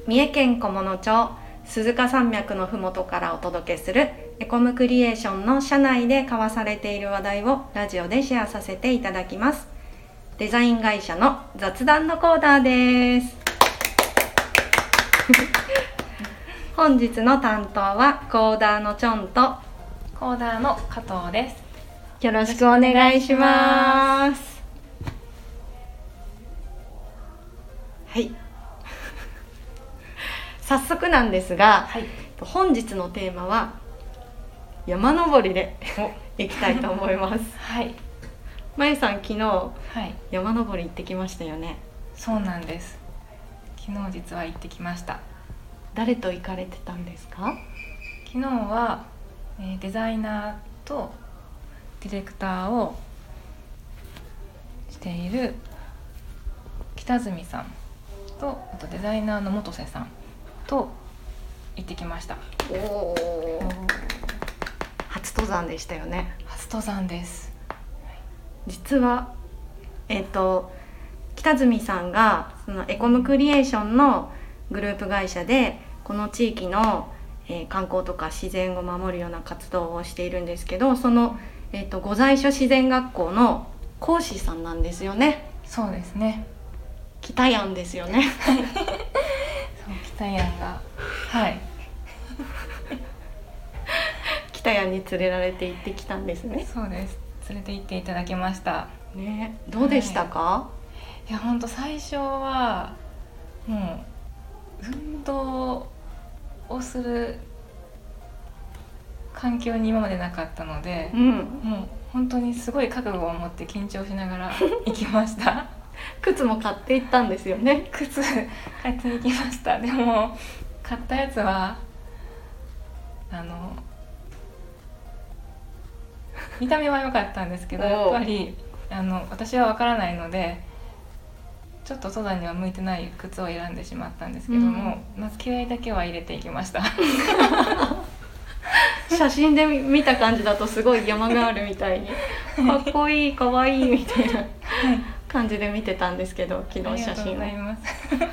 三重県菰野町鈴鹿山脈のふもとからお届けするエコムクリエーションの社内で交わされている話題をラジオでシェアさせていただきます。デザイン会社の雑談のコーナーです。本日の担当はコーダーのチョンとコーダーの加藤です。 よろしくお願いします。はい。早速なんですが、はい、本日のテーマは山登りでいきたいと思います。 はい。 まゆさん昨日、山登り行ってきましたよね。 そうなんです。昨日実は行ってきました。 誰と行かれてたんですか？ 昨日は、デザイナーとディレクターをしている北住さんと、あとデザイナーの本瀬さんと行ってきました。 初登山でしたよね。 初登山です。 実は北住さんがそのエコムクリエーションのグループ会社でこの地域の、観光とか自然を守るような活動をしているんですけど、その、御在所自然学校の講師さんなんですよね。 そうですね。 北やんですよね。 そう、北やんが、はい。 北やんに連れられて行ってきたんですね。 そうです。連れて行っていただきました。 ね、どうでしたか？ いや、本当最初はもう運動をする環境に今までなかったので、もう本当にすごい覚悟を持って緊張しながら行きました。 靴も買って行ったんですよね。 靴買って行きました。でも買ったやつは見た目は良かったんですけど、やっぱり私は分からないのでちょっと登山には向いてない靴を選んでしまったんですけども、まず気合だけは入れていきました。 写真で見た感じだとすごい山があるみたいにかっこいいかわいいみたいな感じで見てたんですけど、昨日写真を。ありがとうございます。そっか、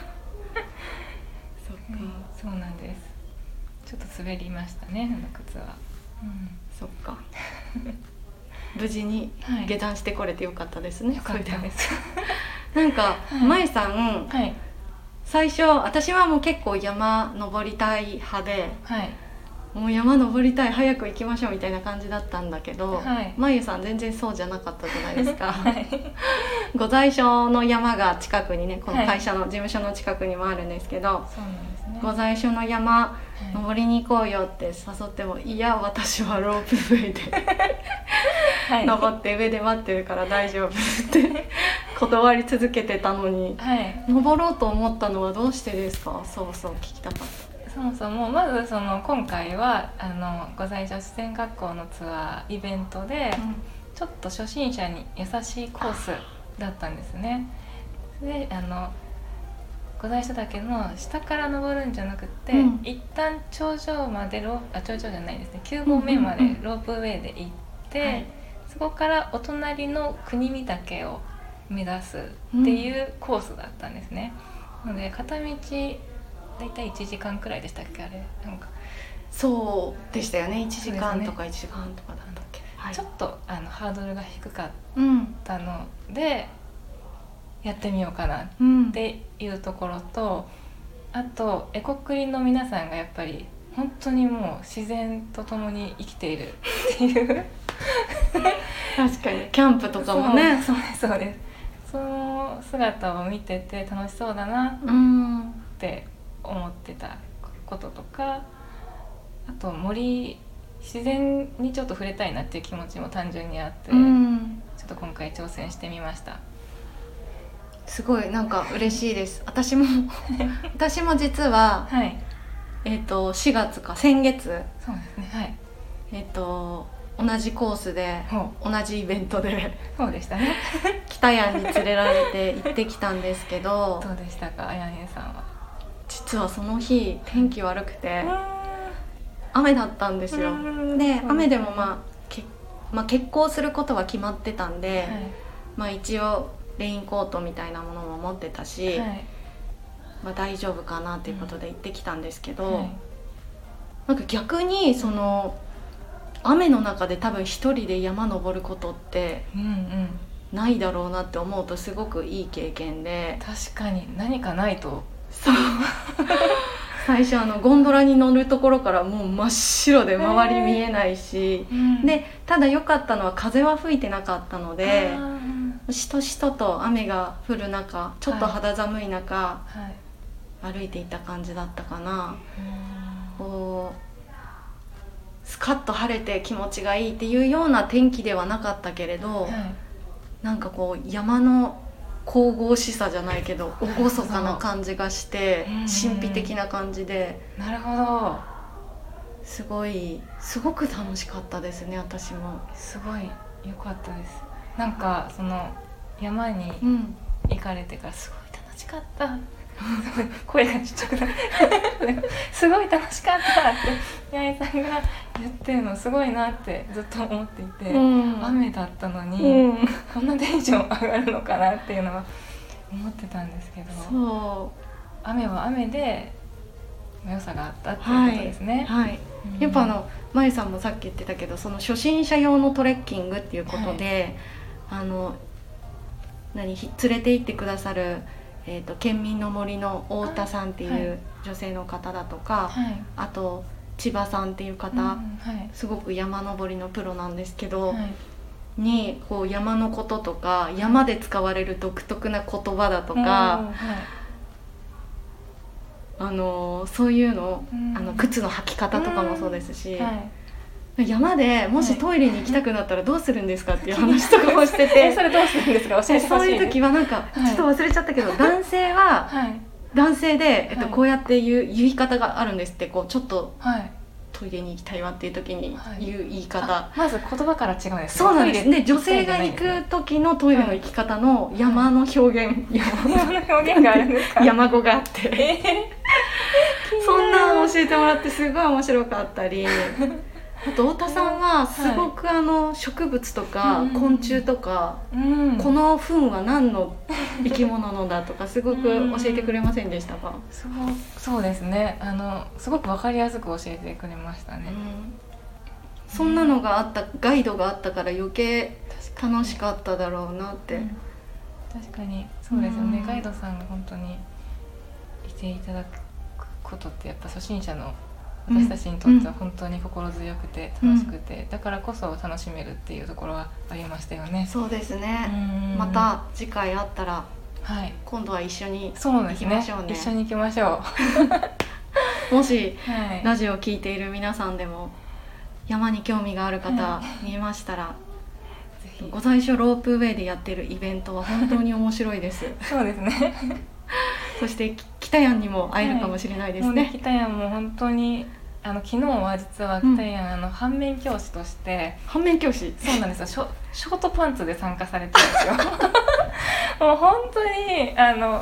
そうなんです。ちょっと滑りましたね、靴は。 そっか。無事に下山してこれてよかったですね。 よかったです。 なんか、まゆさん、最初私はもう結構山登りたい派で、もう山登りたい、早く行きましょうみたいな感じだったんだけど、まゆさん全然そうじゃなかったじゃないですか。御在所の山が近くにね、この会社の事務所の近くにもあるんですけど、御在所の山登りに行こうよって誘っても、いや私はロープウェイで登って上で待ってるから大丈夫って断り続けてたのに、登ろうと思ったのはどうしてですか？そう聞きたかった。 そもそもまず今回は御在所自然学校のツアーイベントで、ちょっと初心者に優しいコースだったんですね。で御在所岳の下から登るんじゃなくて、一旦頂上まで頂上じゃないですね、9合目までロープウェイで行って、そこからお隣の国見岳を目指すっていうコースだったんですね。なので片道だいたい1時間くらいでしたっけ、あれ。なんかそうでしたよね。1時間とか1時間とかだったっけ。 ちょっとハードルが低かったので、やってみようかなっていうところと、あとエコクリの皆さんがやっぱり本当にもう自然と共に生きているっていう確かにキャンプとかもね。 そうです。その姿を見てて楽しそうだなって思ってたこととか、あと自然にちょっと触れたいなっていう気持ちも単純にあって、ちょっと今回挑戦してみました。 すごいなんか嬉しいです。私も実は、4月か先月、 そうですね、 同じコースで同じイベントでそうでしたね。 北谷に連れられて行ってきたんですけど、 どうでしたか、あやねさんは。 実はその日天気悪くて雨だったんですよ。で、雨でも決行することは決まってたんで、一応レインコートみたいなものも持ってたし、 大丈夫かなっていうことで行ってきたんですけど、なんか逆にその雨の中で多分一人で山登ることってないだろうなって思うとすごくいい経験で、 確かに何かないと。 そう最初ゴンドラに乗るところからもう真っ白で周り見えないし、でただ良かったのは風は吹いてなかったので、しとしとと雨が降る中、ちょっと肌寒い中、歩いていた感じだったかな。こうスカッと晴れて気持ちがいいっていうような天気ではなかったけれど、なんかこう山の神々しさじゃないけど厳かな感じがして神秘的な感じで、 なるほど、 すごく楽しかったですね。私もすごい良かったです。なんかその山に行かれてからすごい楽しかった声がちっちゃくなるすごい楽しかったって八重さんが言ってるのすごいなってずっと思っていて、雨だったのに、こんなテンション上がるのかなっていうのは思ってたんですけど、そう雨は雨で良さがあったっていうことですね。 やっぱまゆさんもさっき言ってたけど、その初心者用のトレッキングっていうことで、連れて行ってくださる県民の森の太田さんっていう女性の方だとか、あと千葉さんっていう方、すごく山登りのプロなんですけど、にこう山のこととか山で使われる独特な言葉だとか、そういうの、靴の履き方とかもそうですし、山でもしトイレに行きたくなったらどうするんですかっていう話とかもしててそれどうするんですか、教えてほしい。 そういう時はなんかちょっと忘れちゃったけど、男性は男性で、こうやって言い方があるんですって。こうちょっとトイレに行きたいわっていう時に言う言い方、 まず言葉から違うんですね。 そうなんですね。女性が行く時のトイレの行き方の山の表現、 山の表現があるんですか。 山語があって、そんなの教えてもらってすごい面白かったり、あと太田さんはすごく植物とか昆虫とか、この糞は何の生き物のだとかすごく教えてくれませんでしたか。 そうですね、すごく分かりやすく教えてくれましたね。 そんなのがあった、ガイドがあったから余計楽しかっただろうなって。 確かにそうですよね。ガイドさんが本当にいていただくことってやっぱ初心者の私たちにとっては本当に心強くて楽しくて、だからこそ楽しめるっていうところはありましたよね。 そうですね。また次回あったら、今度は一緒に行きましょうね。 一緒に行きましょうもし、ラジオを聞いている皆さんでも山に興味がある方見えましたら、御在所ロープウェイでやってるイベントは本当に面白いですそうですねそして北谷にも会えるかもしれないですね。 北谷も本当に昨日は実は北谷反面教師として、 反面教師、 そうなんですよ。ショートパンツで参加されてるんですよもう本当に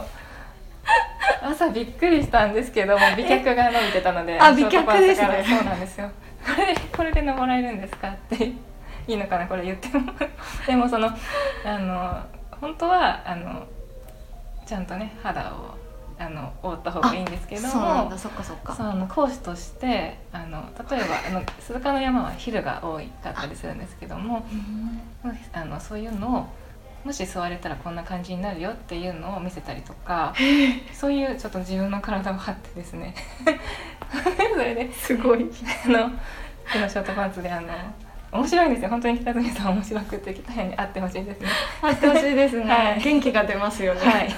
朝びっくりしたんですけども、美脚が伸びてたので、 美脚ですね。 そうなんですよ。これで登られるんですかっていいのかなこれ言ってもでも本当はちゃんとね肌を覆った方がいいんですけども、 そうなんだ、そっかそっか。 講師として例えば鈴鹿の山は昼が多かったりするんですけども、そういうのをもし座れたらこんな感じになるよっていうのを見せたりとか、そういうちょっと自分の体を張ってですねそれですごいショートパンツで面白いんですよ。本当に北住さん面白くて、北谷に会ってほしいですね。 会ってほしいですね、元気が出ますよね。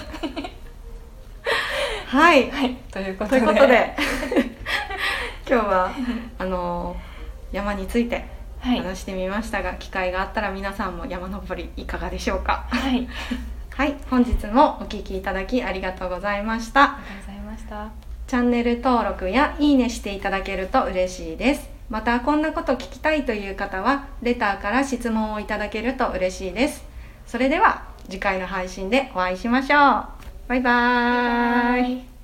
はい、 ということで今日は山について話してみましたが、機会があったら皆さんも山登りいかがでしょうか。本日もお聞きいただきありがとうございました。 ありがとうございました。 チャンネル登録やいいねしていただけると嬉しいです。またこんなこと聞きたいという方はレターから質問をいただけると嬉しいです。それでは次回の配信でお会いしましょう。バイバーイ。